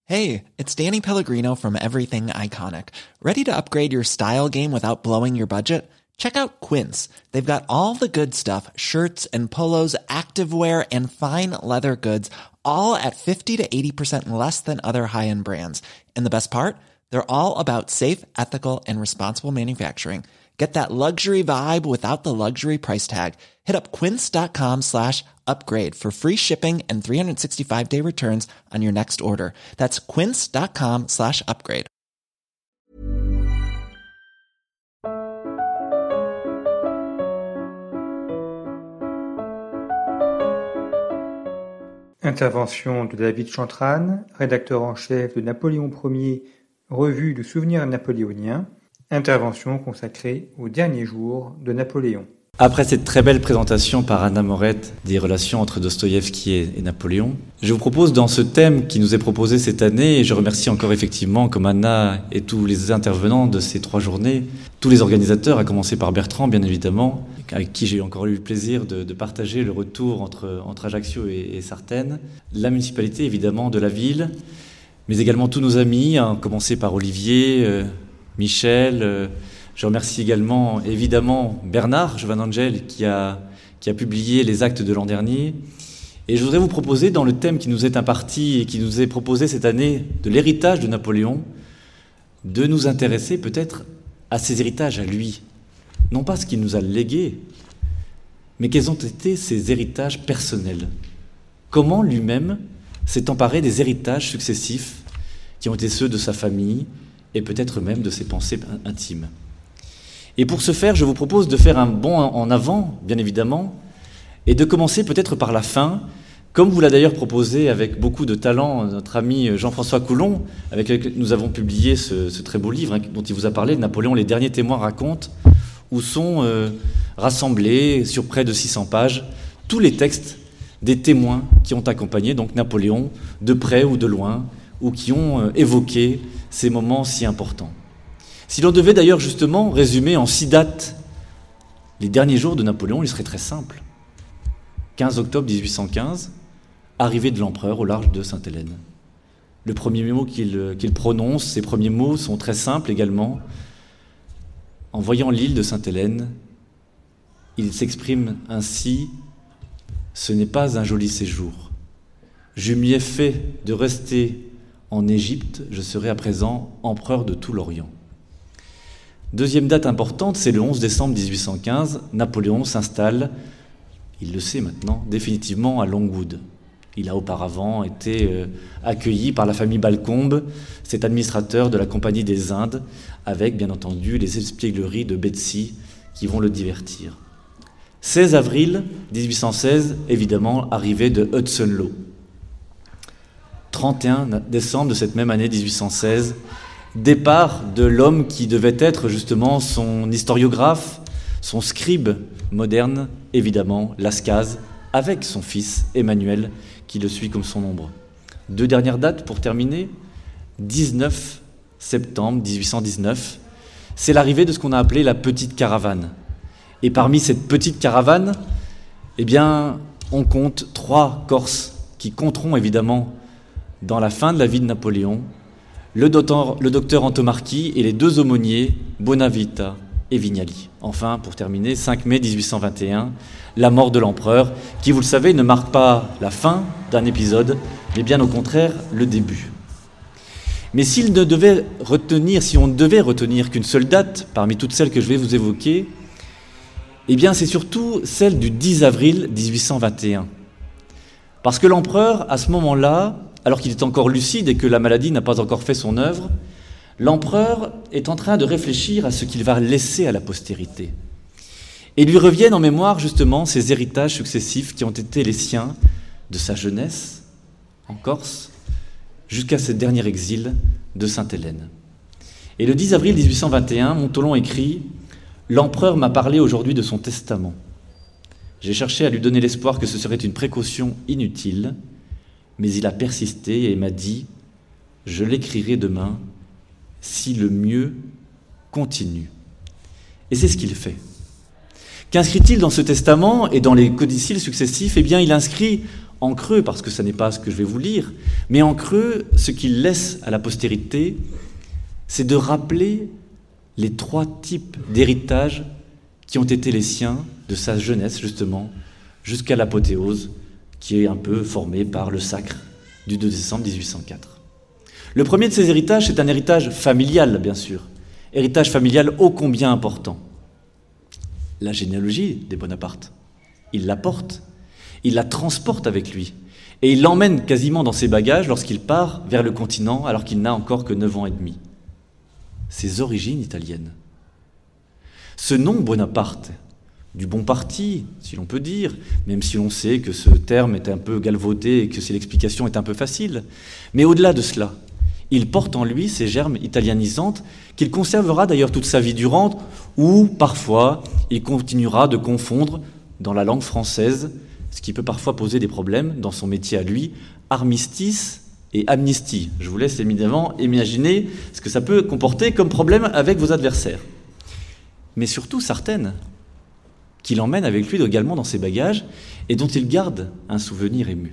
Hey, it's Danny Pellegrino from Everything Iconic. Ready to upgrade your style game without blowing your budget? Check out Quince. They've got all the good stuff, shirts and polos, activewear, and fine leather goods, all at 50 to 80% less than other high-end brands. And the best part? They're all about safe, ethical, and responsible manufacturing. Get that luxury vibe without the luxury price tag. Hit up quince.com/upgrade for free shipping and 365-day returns on your next order. That's quince.com/upgrade. Intervention de David Chantrane, rédacteur en chef de Napoléon Ier, revue de souvenirs napoléoniens. Intervention consacrée aux derniers jours de Napoléon. Après cette très belle présentation par Anna Morette des relations entre Dostoïevski et Napoléon, je vous propose dans ce thème qui nous est proposé cette année, et je remercie encore effectivement comme Anna et tous les intervenants de ces 3 journées, tous les organisateurs, à commencer par Bertrand bien évidemment, avec qui j'ai encore eu le plaisir de partager le retour entre Ajaccio et Sartène, la municipalité évidemment de la ville, mais également tous nos amis, à commencer par Olivier, Michel. Je remercie également évidemment Bernard Giovanangel qui a publié les actes de l'an dernier. Et je voudrais vous proposer, dans le thème qui nous est imparti et qui nous est proposé cette année de l'héritage de Napoléon, de nous intéresser peut-être à ses héritages à lui. Non pas ce qu'il nous a légué, mais quels ont été ses héritages personnels. Comment lui-même s'est emparé des héritages successifs qui ont été ceux de sa famille et peut-être même de ses pensées intimes. Et pour ce faire, je vous propose de faire un bond en avant, bien évidemment, et de commencer peut-être par la fin, comme vous l'a d'ailleurs proposé avec beaucoup de talent notre ami Jean-François Coulon, avec lequel nous avons publié ce très beau livre dont il vous a parlé, Napoléon, les derniers témoins racontent, où sont rassemblés sur près de 600 pages tous les textes des témoins qui ont accompagné donc Napoléon, de près ou de loin, ou qui ont évoqué ces moments si importants. Si l'on devait d'ailleurs justement résumer en 6 dates les derniers jours de Napoléon, il serait très simple. 15 octobre 1815, arrivée de l'empereur au large de Sainte-Hélène. Le premier mot qu'il prononce, ces premiers mots sont très simples également. En voyant l'île de Sainte-Hélène, il s'exprime ainsi : « Ce n'est pas un joli séjour. Je m'y ai fait de rester en Égypte, je serai à présent empereur de tout l'Orient. » Deuxième date importante, c'est le 11 décembre 1815. Napoléon s'installe, il le sait maintenant, définitivement à Longwood. Il a auparavant été accueilli par la famille Balcombe, cet administrateur de la Compagnie des Indes, avec bien entendu les espiègleries de Betsy qui vont le divertir. 16 avril 1816, évidemment, arrivée de Hudson Law. 31 décembre de cette même année 1816, départ de l'homme qui devait être justement son historiographe, son scribe moderne, évidemment, Lascaz, avec son fils Emmanuel, qui le suit comme son ombre. 2 dernières dates pour terminer. 19 septembre 1819, c'est l'arrivée de ce qu'on a appelé la petite caravane. Et parmi cette petite caravane, eh bien, on compte 3 Corses qui compteront évidemment dans la fin de la vie de Napoléon, le docteur Antomarchi et les 2 aumôniers, Bonavita et Vignali. Enfin, pour terminer, 5 mai 1821, la mort de l'empereur, qui, vous le savez, ne marque pas la fin d'un épisode, mais bien au contraire, le début. Mais si on ne devait retenir qu'une seule date, parmi toutes celles que je vais vous évoquer, eh bien, c'est surtout celle du 10 avril 1821. Parce que l'empereur, à ce moment-là, alors qu'il est encore lucide et que la maladie n'a pas encore fait son œuvre, l'empereur est en train de réfléchir à ce qu'il va laisser à la postérité. Et lui reviennent en mémoire justement ces héritages successifs qui ont été les siens de sa jeunesse en Corse jusqu'à ce dernier exil de Sainte-Hélène. Et le 10 avril 1821, Montholon écrit « L'empereur m'a parlé aujourd'hui de son testament. J'ai cherché à lui donner l'espoir que ce serait une précaution inutile, mais il a persisté et m'a dit « Je l'écrirai demain si le mieux continue. » Et c'est ce qu'il fait. Qu'inscrit-il dans ce testament et dans les codicilles successifs ? Eh bien, il inscrit en creux, parce que ce n'est pas ce que je vais vous lire, mais en creux, ce qu'il laisse à la postérité, c'est de rappeler les 3 types d'héritage qui ont été les siens de sa jeunesse, justement, jusqu'à l'apothéose, qui est un peu formée par le sacre du 2 décembre 1804. Le premier de ces héritages, c'est un héritage familial, bien sûr. Héritage familial ô combien important. La généalogie des Bonaparte. Il la porte, il la transporte avec lui, et il l'emmène quasiment dans ses bagages lorsqu'il part vers le continent, alors qu'il n'a encore que 9 ans et demi. Ses origines italiennes. Ce nom Bonaparte, du bon parti, si l'on peut dire, même si l'on sait que ce terme est un peu galvaudé et que l'explication est un peu facile, mais au-delà de cela, il porte en lui ces germes italianisantes qu'il conservera d'ailleurs toute sa vie durant, ou parfois il continuera de confondre dans la langue française, ce qui peut parfois poser des problèmes dans son métier à lui, armistice et amnistie. Je vous laisse évidemment imaginer ce que ça peut comporter comme problème avec vos adversaires. Mais surtout Sartène, qu'il emmène avec lui également dans ses bagages et dont il garde un souvenir ému.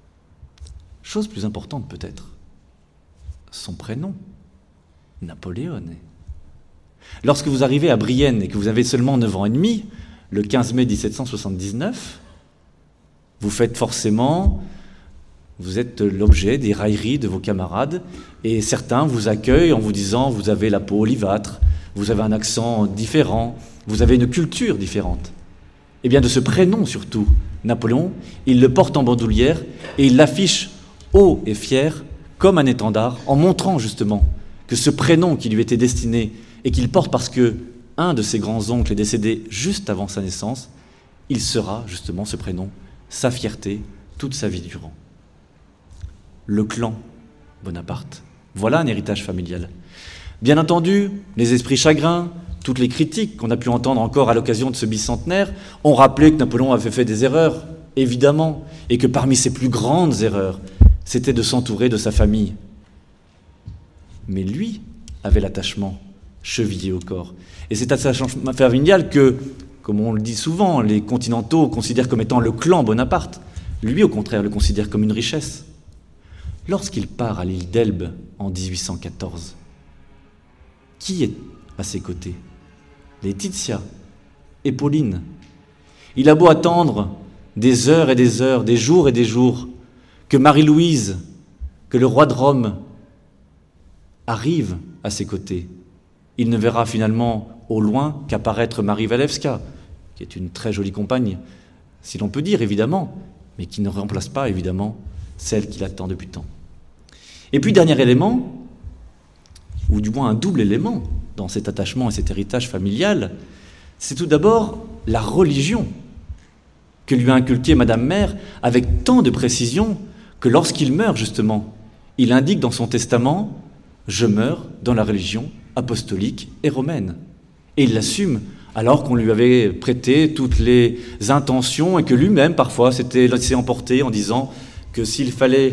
Chose plus importante peut-être, son prénom, Napoléone. Lorsque vous arrivez à Brienne et que vous avez seulement 9 ans et demi, le 15 mai 1779, vous faites forcément, vous êtes l'objet des railleries de vos camarades et certains vous accueillent en vous disant « vous avez la peau olivâtre, vous avez un accent différent, vous avez une culture différente ». Eh bien de ce prénom surtout, Napoléon, il le porte en bandoulière et il l'affiche haut et fier comme un étendard en montrant justement que ce prénom qui lui était destiné et qu'il porte parce que un de ses grands-oncles est décédé juste avant sa naissance, il sera justement ce prénom, sa fierté, toute sa vie durant. Le clan Bonaparte, voilà un héritage familial. Bien entendu, les esprits chagrins, toutes les critiques qu'on a pu entendre encore à l'occasion de ce bicentenaire ont rappelé que Napoléon avait fait des erreurs, évidemment, et que parmi ses plus grandes erreurs, c'était de s'entourer de sa famille. Mais lui avait l'attachement chevillé au corps. Et c'est attachement familial que, comme on le dit souvent, les continentaux considèrent comme étant le clan Bonaparte. Lui, au contraire, le considère comme une richesse. Lorsqu'il part à l'île d'Elbe en 1814, qui est à ses côtés? Laetitia et Pauline. Il a beau attendre des heures et des heures, des jours et des jours, que Marie-Louise, que le roi de Rome arrive à ses côtés. Il ne verra finalement au loin qu'apparaître Marie Walewska, qui est une très jolie compagne, si l'on peut dire évidemment, mais qui ne remplace pas évidemment celle qu'il attend depuis tant. Et puis dernier élément, ou du moins un double élément dans cet attachement et cet héritage familial, c'est tout d'abord la religion que lui a inculquée Madame Mère avec tant de précision que lorsqu'il meurt justement, il indique dans son testament « Je meurs dans la religion apostolique et romaine ». Et il l'assume alors qu'on lui avait prêté toutes les intentions et que lui-même parfois s'était laissé emporter en disant que s'il fallait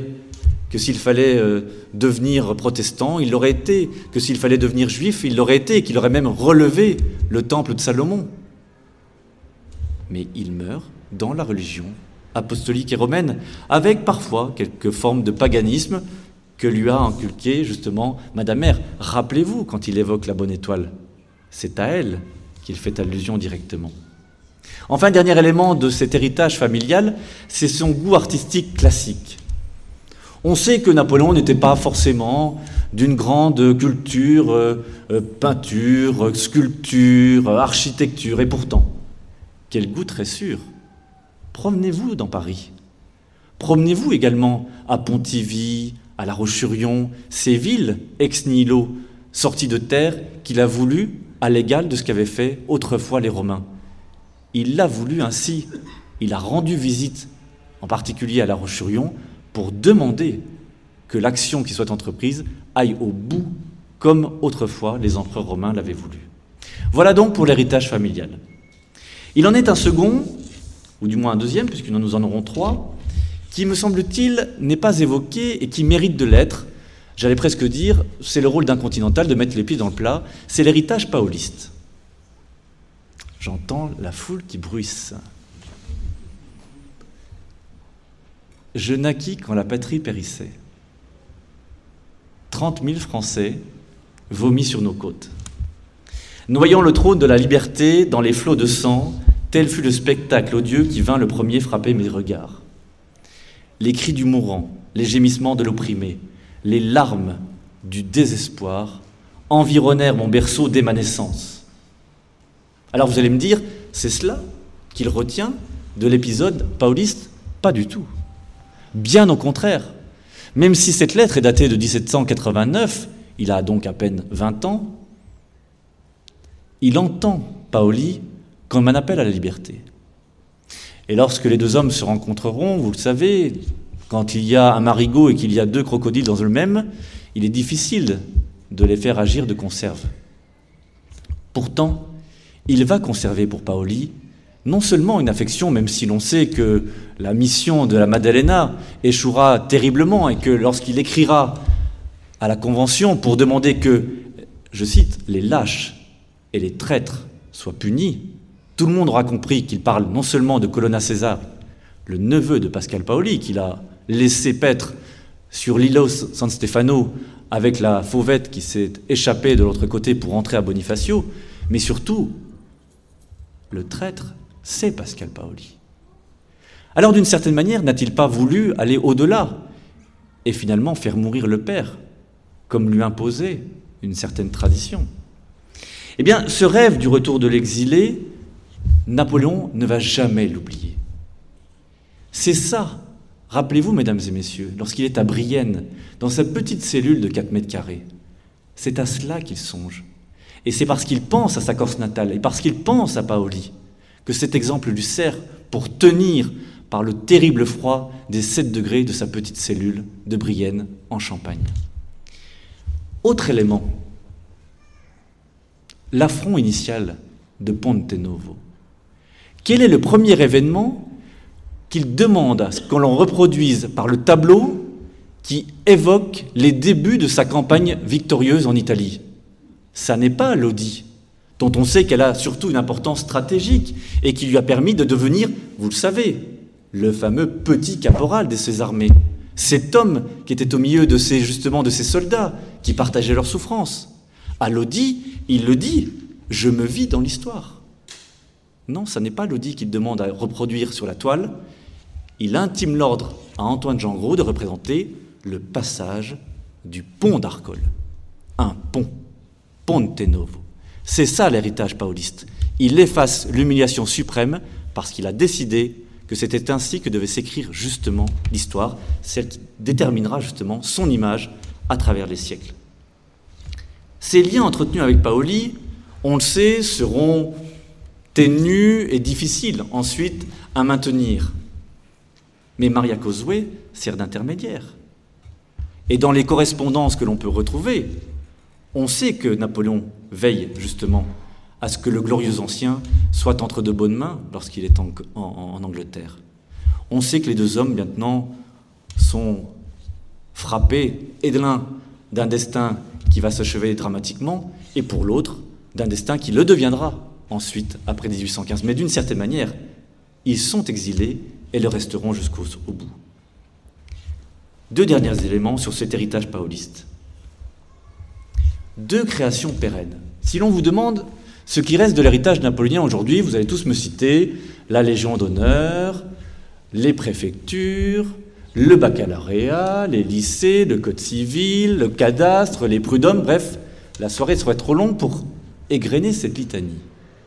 devenir protestant, il l'aurait été, que s'il fallait devenir juif, il l'aurait été, qu'il aurait même relevé le temple de Salomon. Mais il meurt dans la religion apostolique et romaine, avec parfois quelques formes de paganisme que lui a inculqué justement Madame Mère. Rappelez-vous, quand il évoque la bonne étoile, c'est à elle qu'il fait allusion directement. Enfin, dernier élément de cet héritage familial, c'est son goût artistique classique. On sait que Napoléon n'était pas forcément d'une grande culture, peinture, sculpture, architecture, et pourtant, quel goût très sûr. Promenez-vous dans Paris. Promenez-vous également à Pontivy, à La Roche-sur-Yon, ces villes ex nihilo, sorties de terre qu'il a voulu à l'égal de ce qu'avaient fait autrefois les Romains. Il l'a voulu ainsi. Il a rendu visite, en particulier à La Roche-sur-Yon, pour demander que l'action qui soit entreprise aille au bout, comme autrefois les empereurs romains l'avaient voulu. Voilà donc pour l'héritage familial. Il en est un second, ou du moins un deuxième, puisque nous en aurons 3, qui, me semble-t-il, n'est pas évoqué et qui mérite de l'être. J'allais presque dire, c'est le rôle d'un continental de mettre les pieds dans le plat, c'est l'héritage pauliste. J'entends la foule qui bruisse. Je naquis quand la patrie périssait. 30 000 Français vomis sur nos côtes. Noyant le trône de la liberté dans les flots de sang, tel fut le spectacle odieux qui vint le premier frapper mes regards. Les cris du mourant, les gémissements de l'opprimé, les larmes du désespoir environnèrent mon berceau dès ma naissance. Alors vous allez me dire, c'est cela qu'il retient de l'épisode pauliste? Pas du tout. Bien au contraire. Même si cette lettre est datée de 1789, il a donc à peine 20 ans, il entend Paoli comme un appel à la liberté. Et lorsque les deux hommes se rencontreront, vous le savez, quand il y a un marigot et qu'il y a deux crocodiles dans le même, il est difficile de les faire agir de conserve. Pourtant, il va conserver pour Paoli non seulement une affection, même si l'on sait que la mission de la Maddalena échouera terriblement et que lorsqu'il écrira à la Convention pour demander que, je cite, les lâches et les traîtres soient punis, tout le monde aura compris qu'il parle non seulement de Colonna César, le neveu de Pascal Paoli, qu'il a laissé paître sur l'îlot San Stefano avec la fauvette qui s'est échappée de l'autre côté pour entrer à Bonifacio, mais surtout, le traître, c'est Pascal Paoli. Alors d'une certaine manière, n'a-t-il pas voulu aller au-delà et finalement faire mourir le père, comme lui imposait une certaine tradition? Eh bien, ce rêve du retour de l'exilé, Napoléon ne va jamais l'oublier. C'est ça, rappelez-vous, mesdames et messieurs, lorsqu'il est à Brienne, dans sa petite cellule de 4 mètres carrés, c'est à cela qu'il songe. Et c'est parce qu'il pense à sa Corse natale et parce qu'il pense à Paoli que cet exemple lui sert pour tenir par le terrible froid des 7 degrés de sa petite cellule de Brienne en Champagne. Autre élément, l'affront initial de Ponte Novo. Quel est le premier événement qu'il demande à ce qu'on l'on reproduise par le tableau qui évoque les débuts de sa campagne victorieuse en Italie? Ça n'est pas Lodi, dont on sait qu'elle a surtout une importance stratégique et qui lui a permis de devenir, vous le savez, le fameux petit caporal de ses armées. Cet homme qui était au milieu de ces soldats qui partageaient leurs souffrances. À Lodi, il le dit, je me vis dans l'histoire. Non, ça n'est pas Lodi qu'il demande à reproduire sur la toile. Il intime l'ordre à Antoine Gengros de représenter le passage du pont d'Arcole. Un pont, Ponte Novo. C'est ça l'héritage pauliste. Il efface l'humiliation suprême parce qu'il a décidé que c'était ainsi que devait s'écrire justement l'histoire, celle qui déterminera justement son image à travers les siècles. Ces liens entretenus avec Paoli, on le sait, seront ténus et difficiles ensuite à maintenir. Mais Maria Cosway sert d'intermédiaire. Et dans les correspondances que l'on peut retrouver, on sait que Napoléon veille justement à ce que le glorieux ancien soit entre de bonnes mains lorsqu'il est en Angleterre. On sait que les deux hommes maintenant sont frappés, et de l'un d'un destin qui va s'achever dramatiquement, et pour l'autre d'un destin qui le deviendra ensuite, après 1815. Mais d'une certaine manière, ils sont exilés et le resteront jusqu'au bout. 2 derniers éléments sur cet héritage paoliste. 2 créations pérennes. Si l'on vous demande ce qui reste de l'héritage napoléonien aujourd'hui, vous allez tous me citer la Légion d'honneur, les préfectures, le baccalauréat, les lycées, le code civil, le cadastre, les prud'hommes, bref, la soirée serait trop longue pour égrener cette litanie.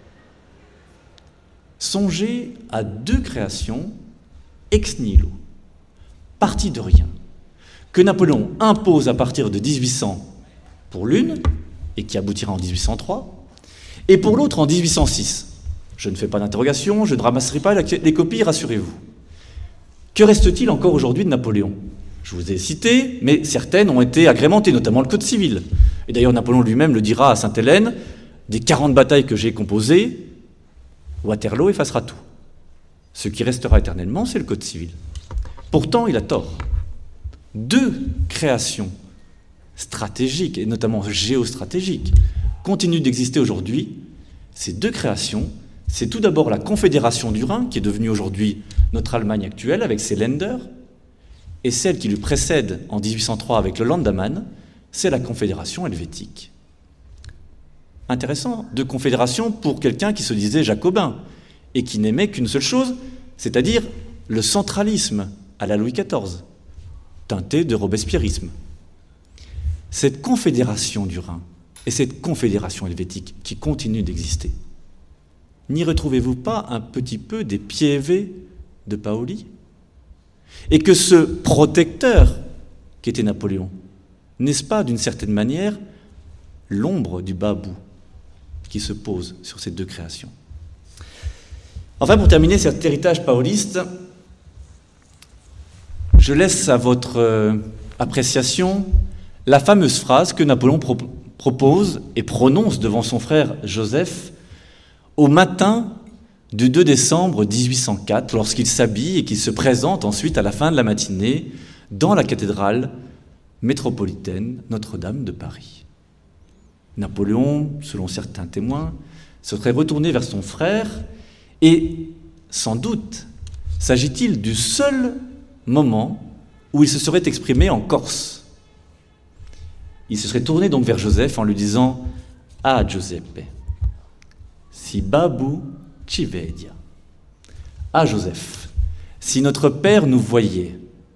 Songez à 2 créations ex nihilo, parties de rien, que Napoléon impose à partir de 1800 pour l'une, et qui aboutira en 1803, et pour l'autre en 1806. Je ne fais pas d'interrogation, je ne ramasserai pas les copies, rassurez-vous. Que reste-t-il encore aujourd'hui de Napoléon? Je vous ai cité, mais certaines ont été agrémentées, notamment le Code civil. Et d'ailleurs, Napoléon lui-même le dira à Sainte-Hélène, des 40 batailles que j'ai composées, Waterloo effacera tout. Ce qui restera éternellement, c'est le Code civil. Pourtant, il a tort. 2 créations stratégiques, et notamment géostratégiques, continuent d'exister aujourd'hui. Ces 2 créations, c'est tout d'abord la Confédération du Rhin, qui est devenue aujourd'hui notre Allemagne actuelle, avec ses Länder, et celle qui lui précède en 1803 avec le Landamann, c'est la Confédération helvétique. Intéressant, deux confédérations pour quelqu'un qui se disait jacobin et qui n'aimait qu'une seule chose, c'est-à-dire le centralisme à la Louis XIV, teinté de robespierrisme. Cette confédération du Rhin et cette confédération helvétique qui continue d'exister, n'y retrouvez-vous pas un petit peu des pieve de Paoli? Et que ce protecteur qu'était Napoléon, n'est-ce pas d'une certaine manière l'ombre du babou qui se pose sur ces deux créations? Enfin, pour terminer cet héritage paoliste, je laisse à votre appréciation la fameuse phrase que Napoléon propose et prononce devant son frère Joseph au matin du 2 décembre 1804, lorsqu'il s'habille et qu'il se présente ensuite à la fin de la matinée dans la cathédrale métropolitaine Notre-Dame de Paris. Napoléon, selon certains témoins, se serait retourné vers son frère et, sans doute, s'agit-il du seul moment où il se serait exprimé en corse. Il se serait tourné donc vers Joseph en lui disant « Ah, Giuseppe, si babou ci vedia. Ah, Joseph, si notre père nous voyait. »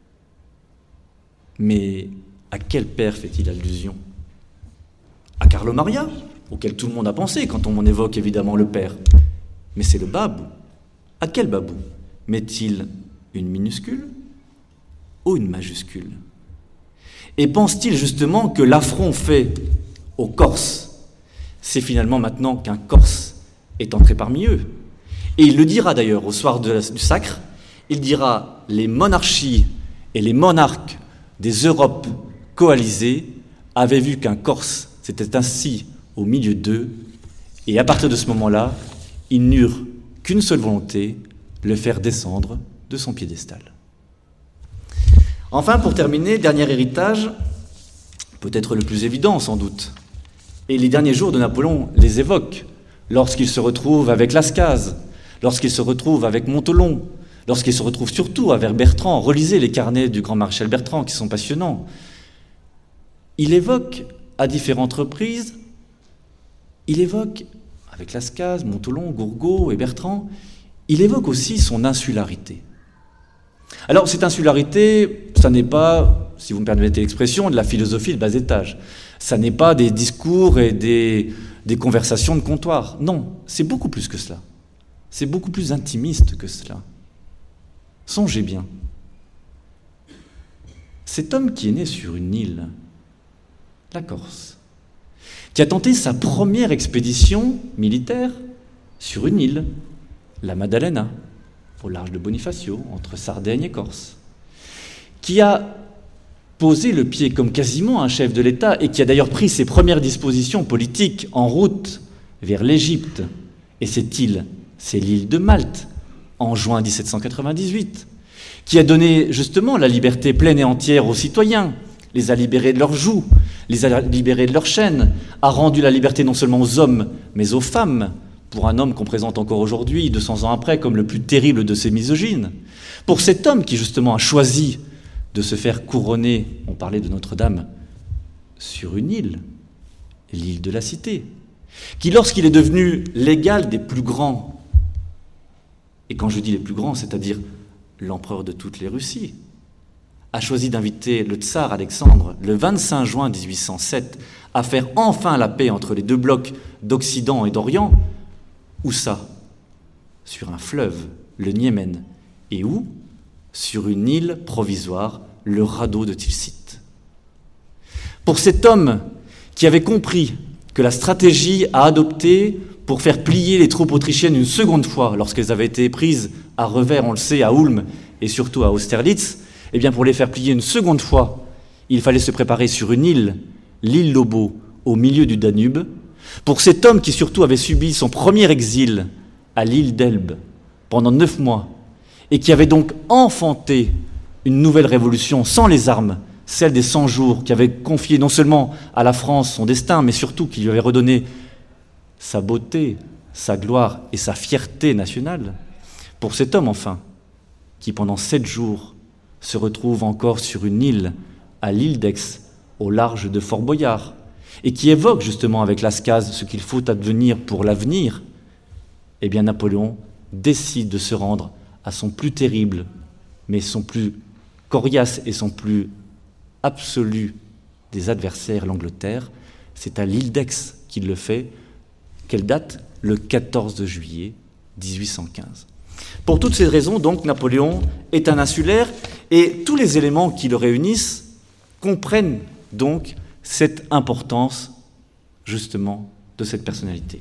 Mais à quel père fait-il allusion? À Carlo Maria, auquel tout le monde a pensé quand on évoque évidemment le père. Mais c'est le babou. À quel babou? Met-il une minuscule ou une majuscule? Et pense-t-il justement que l'affront fait aux Corses, c'est finalement maintenant qu'un Corse est entré parmi eux? Et il le dira d'ailleurs au soir du sacre, il dira « Les monarchies et les monarques des Europes coalisées avaient vu qu'un Corse s'était assis au milieu d'eux, et à partir de ce moment-là, ils n'eurent qu'une seule volonté, le faire descendre de son piédestal. » Enfin, pour terminer, dernier héritage, peut-être le plus évident sans doute, et les derniers jours de Napoléon les évoquent, lorsqu'il se retrouve avec Lascaz, lorsqu'il se retrouve avec Montholon, lorsqu'il se retrouve surtout avec Bertrand. Relisez les carnets du grand maréchal Bertrand qui sont passionnants. Il évoque à différentes reprises, avec Lascaz, Montholon, Gourgaud et Bertrand, il évoque aussi son insularité. Alors cette insularité, ça n'est pas, si vous me permettez l'expression, de la philosophie de bas étage. Ça n'est pas des discours et des conversations de comptoir. Non, c'est beaucoup plus que cela. C'est beaucoup plus intimiste que cela. Songez bien. Cet homme qui est né sur une île, la Corse, qui a tenté sa première expédition militaire sur une île, la Maddalena, au large de Bonifacio, entre Sardaigne et Corse, qui a posé le pied comme quasiment un chef de l'État et qui a d'ailleurs pris ses premières dispositions politiques en route vers l'Égypte. Et cette île, c'est l'île de Malte, en juin 1798, qui a donné justement la liberté pleine et entière aux citoyens, les a libérés de leurs jougs, les a libérés de leurs chaînes, a rendu la liberté non seulement aux hommes, mais aux femmes, pour un homme qu'on présente encore aujourd'hui, 200 ans après, comme le plus terrible de ces misogynes. Pour cet homme qui justement a choisi de se faire couronner, on parlait de Notre-Dame, sur une île, l'île de la Cité, qui lorsqu'il est devenu l'égal des plus grands, et quand je dis les plus grands, c'est-à-dire l'empereur de toutes les Russies, a choisi d'inviter le tsar Alexandre le 25 juin 1807 à faire enfin la paix entre les deux blocs d'Occident et d'Orient. Où ça? Sur un fleuve, le Niémen. Et où? Sur une île provisoire, le radeau de Tilsit. Pour cet homme qui avait compris que la stratégie à adopter pour faire plier les troupes autrichiennes une seconde fois, lorsqu'elles avaient été prises à revers, on le sait, à Ulm et surtout à Austerlitz, eh bien pour les faire plier une seconde fois, il fallait se préparer sur une île, l'île Lobo, au milieu du Danube. Pour cet homme qui surtout avait subi son premier exil à l'île d'Elbe pendant 9 mois et qui avait donc enfanté une nouvelle révolution sans les armes, celle des 100 jours, qui avait confié non seulement à la France son destin, mais surtout qui lui avait redonné sa beauté, sa gloire et sa fierté nationale. Pour cet homme, enfin, qui pendant 7 jours se retrouve encore sur une île, à l'île d'Aix, au large de Fort Boyard, et qui évoque justement avec Lascaz ce qu'il faut advenir pour l'avenir, eh bien Napoléon décide de se rendre à son plus terrible, mais son plus coriace et son plus absolu des adversaires, l'Angleterre. C'est à l'île d'Aix qu'il le fait. Quelle date ? Le 14 juillet 1815. Pour toutes ces raisons, donc, Napoléon est un insulaire, et tous les éléments qui le réunissent comprennent donc cette importance, justement, de cette personnalité.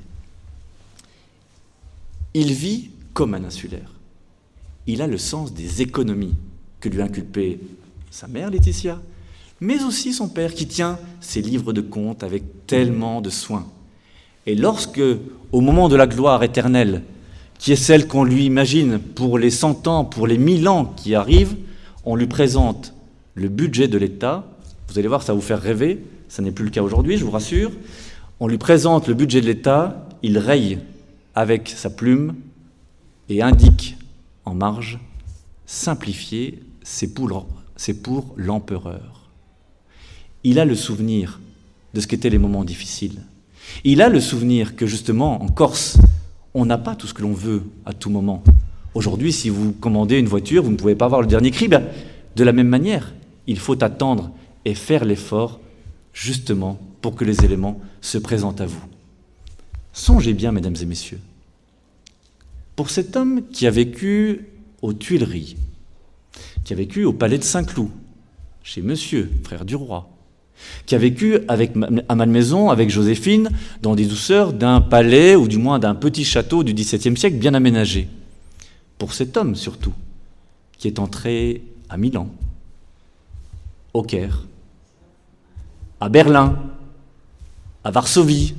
Il vit comme un insulaire. Il a le sens des économies que lui inculpait sa mère Laetitia, mais aussi son père qui tient ses livres de comptes avec tellement de soin. Et lorsque, au moment de la gloire éternelle, qui est celle qu'on lui imagine pour les 100 ans, pour les 1000 ans qui arrivent, on lui présente le budget de l'État. Vous allez voir, ça va vous faire rêver, ça n'est plus le cas aujourd'hui, je vous rassure. On lui présente le budget de l'État, il raye avec sa plume et indique en marge « Simplifié, c'est pour l'empereur ». Il a le souvenir de ce qu'étaient les moments difficiles. Il a le souvenir que justement, en Corse, on n'a pas tout ce que l'on veut à tout moment. Aujourd'hui, si vous commandez une voiture, vous ne pouvez pas avoir le dernier cri. De la même manière, il faut attendre et faire l'effort, justement, pour que les éléments se présentent à vous. Songez bien, mesdames et messieurs, pour cet homme qui a vécu aux Tuileries, qui a vécu au palais de Saint-Cloud, chez Monsieur, frère du roi, qui a vécu à Malmaison avec Joséphine dans des douceurs d'un palais ou du moins d'un petit château du XVIIe siècle bien aménagé. Pour cet homme surtout, qui est entré à Milan, au Caire, à Berlin, à Varsovie,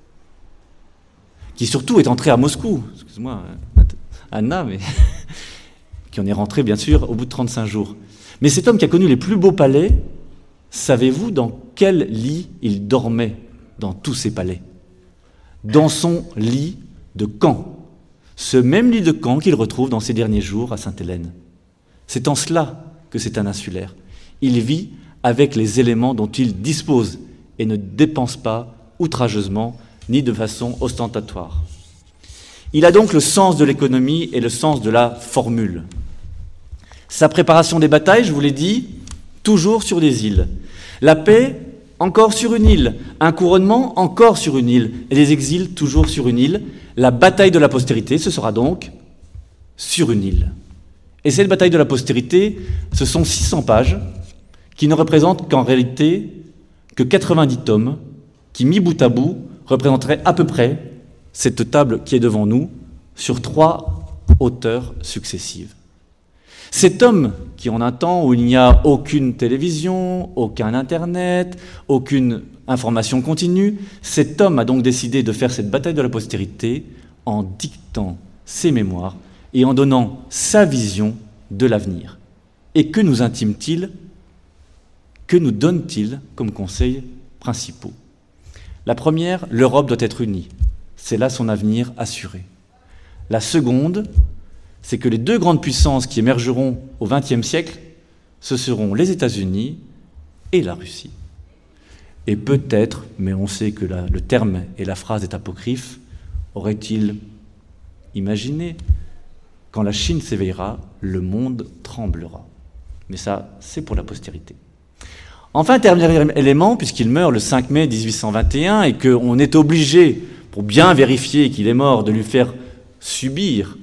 qui surtout est entré à Moscou, excuse-moi Anna, mais qui en est rentré bien sûr au bout de 35 jours. Mais cet homme qui a connu les plus beaux palais, savez-vous dans quel lit il dormait dans tous ces palais ? Dans son lit de camp. Ce même lit de camp qu'il retrouve dans ses derniers jours à Sainte-Hélène. C'est en cela que c'est un insulaire. Il vit avec les éléments dont il dispose et ne dépense pas outrageusement ni de façon ostentatoire. Il a donc le sens de l'économie et le sens de la formule. Sa préparation des batailles, je vous l'ai dit, toujours sur des îles. La paix, encore sur une île. Un couronnement, encore sur une île. Et les exils, toujours sur une île. La bataille de la postérité, ce sera donc sur une île. Et cette bataille de la postérité, ce sont 600 pages qui ne représentent qu'en réalité que 90 tomes qui, mis bout à bout, représenteraient à peu près cette table qui est devant nous sur 3 auteurs successives. Cet homme qui, en un temps où il n'y a aucune télévision, aucun Internet, aucune information continue, cet homme a donc décidé de faire cette bataille de la postérité en dictant ses mémoires et en donnant sa vision de l'avenir. Et que nous intime-t-il ? Que nous donne-t-il comme conseils principaux ? La première, l'Europe doit être unie. C'est là son avenir assuré. La seconde, c'est que les 2 grandes puissances qui émergeront au XXe siècle, ce seront les États-Unis et la Russie. Et peut-être, mais on sait que le terme et la phrase est apocryphe, aurait-il imaginé, quand la Chine s'éveillera, le monde tremblera. Mais ça, c'est pour la postérité. Enfin, dernier élément, puisqu'il meurt le 5 mai 1821 et qu'on est obligé, pour bien vérifier qu'il est mort, de lui faire subir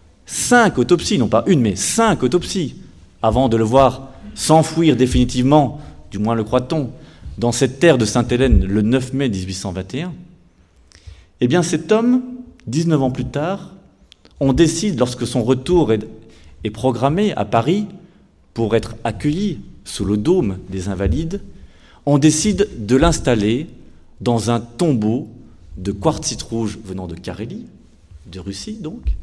5 autopsies, non pas une, mais 5 autopsies, avant de le voir s'enfouir définitivement, du moins le croit-on, dans cette terre de Sainte-Hélène le 9 mai 1821, eh bien cet homme, 19 ans plus tard, on décide, lorsque son retour est programmé à Paris pour être accueilli sous le dôme des Invalides, on décide de l'installer dans un tombeau de quartzite rouge venant de Carélie, de Russie donc,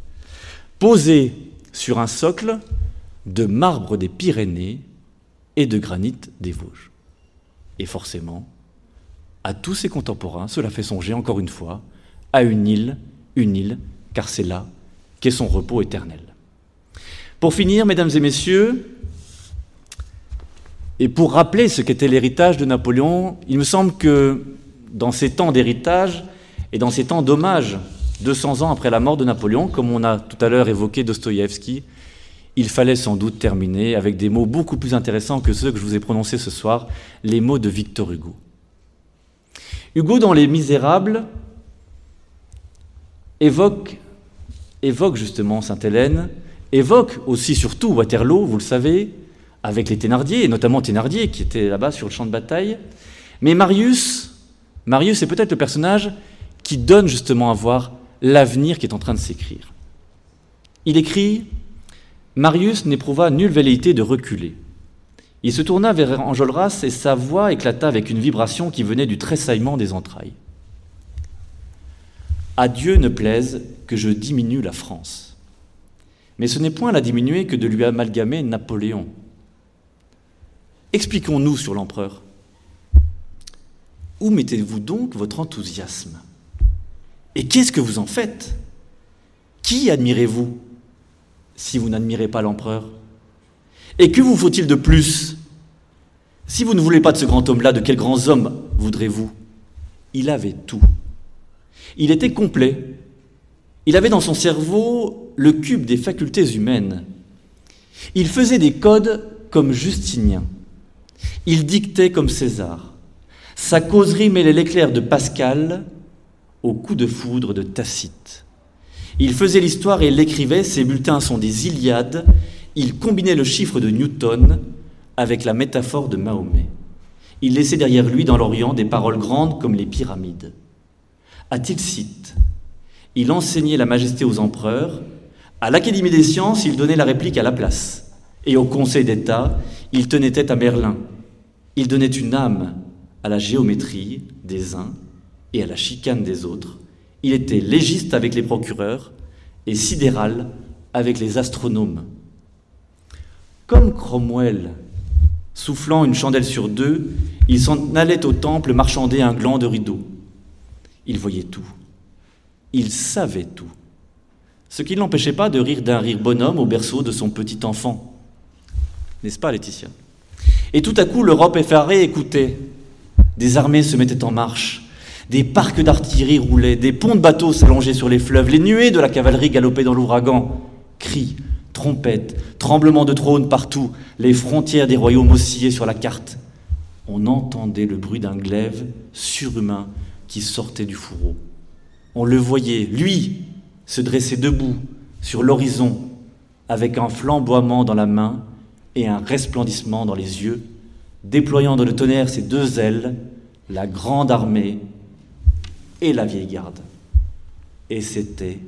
posé sur un socle de marbre des Pyrénées et de granit des Vosges. Et forcément, à tous ses contemporains, cela fait songer encore une fois à une île, car c'est là qu'est son repos éternel. Pour finir, mesdames et messieurs, Et pour rappeler ce qu'était l'héritage de Napoléon, il me semble que dans ces temps d'héritage et dans ces temps d'hommage, 200 ans après la mort de Napoléon, comme on a tout à l'heure évoqué Dostoïevski, il fallait sans doute terminer avec des mots beaucoup plus intéressants que ceux que je vous ai prononcés ce soir, les mots de Victor Hugo. Hugo, dans Les Misérables, évoque justement Sainte-Hélène, évoque aussi surtout Waterloo, vous le savez, avec les Thénardier, et notamment Thénardier qui était là-bas sur le champ de bataille. Mais Marius est peut-être le personnage qui donne justement à voir l'avenir qui est en train de s'écrire. Il écrit « Marius n'éprouva nulle velléité de reculer. Il se tourna vers Enjolras et sa voix éclata avec une vibration qui venait du tressaillement des entrailles. « À Dieu ne plaise que je diminue la France. Mais ce n'est point la diminuer que de lui amalgamer Napoléon. Expliquons-nous sur l'empereur. Où mettez-vous donc votre enthousiasme? Et qu'est-ce que vous en faites? Qui admirez-vous si vous n'admirez pas l'empereur? Et que vous faut-il de plus? Si vous ne voulez pas de ce grand homme-là, de quels grands hommes voudrez-vous? Il avait tout. Il était complet. Il avait dans son cerveau le cube des facultés humaines. Il faisait des codes comme Justinien. Il dictait comme César. Sa causerie mêlait l'éclair de Pascal au coup de foudre de Tacite. Il faisait l'histoire et l'écrivait, ses bulletins sont des Iliades, il combinait le chiffre de Newton avec la métaphore de Mahomet. Il laissait derrière lui dans l'Orient des paroles grandes comme les pyramides. À Tilsit, il enseignait la majesté aux empereurs, à l'Académie des sciences, il donnait la réplique à Laplace, et au Conseil d'État, il tenait tête à Merlin. Il donnait une âme à la géométrie des uns et à la chicane des autres. Il était légiste avec les procureurs et sidéral avec les astronomes. Comme Cromwell, soufflant une chandelle sur deux, il s'en allait au temple marchander un gland de rideau. Il voyait tout. Il savait tout. Ce qui ne l'empêchait pas de rire d'un rire bonhomme au berceau de son petit enfant. N'est-ce pas, Laetitia? Et tout à coup, l'Europe effarée écoutait. Des armées se mettaient en marche. Des parcs d'artillerie roulaient. Des ponts de bateaux s'allongeaient sur les fleuves. Les nuées de la cavalerie galopaient dans l'ouragan. Cris, trompettes, tremblements de trônes partout. Les frontières des royaumes oscillaient sur la carte. On entendait le bruit d'un glaive surhumain qui sortait du fourreau. On le voyait, lui, se dresser debout sur l'horizon avec un flamboiement dans la main et un resplendissement dans les yeux, déployant dans le tonnerre ses deux ailes, la grande armée et la vieille garde. Et c'était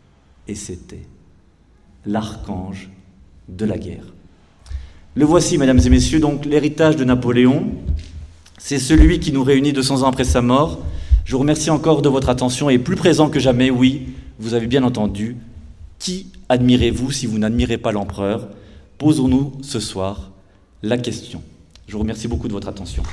l'archange de la guerre. Le voici, mesdames et messieurs, donc l'héritage de Napoléon. C'est celui qui nous réunit 200 ans après sa mort. Je vous remercie encore de votre attention et plus présent que jamais, oui, vous avez bien entendu. Qui admirez-vous si vous n'admirez pas l'empereur? Posons-nous ce soir la question. Je vous remercie beaucoup de votre attention.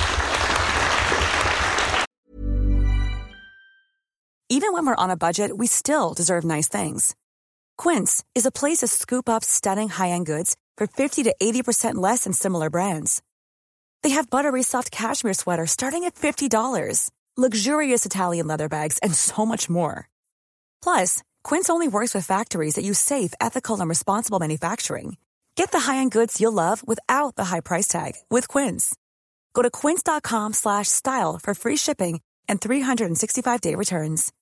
Even when we're on a budget, we still deserve nice things. Quince is a place to scoop up stunning high-end goods for 50 to 80% less than similar brands. They have buttery soft cashmere sweaters starting at $50, luxurious Italian leather bags, and so much more. Plus, Quince only works with factories that use safe, ethical, and responsible manufacturing. Get the high-end goods you'll love without the high price tag with Quince. Go to quince.com/style for free shipping and 365-day returns.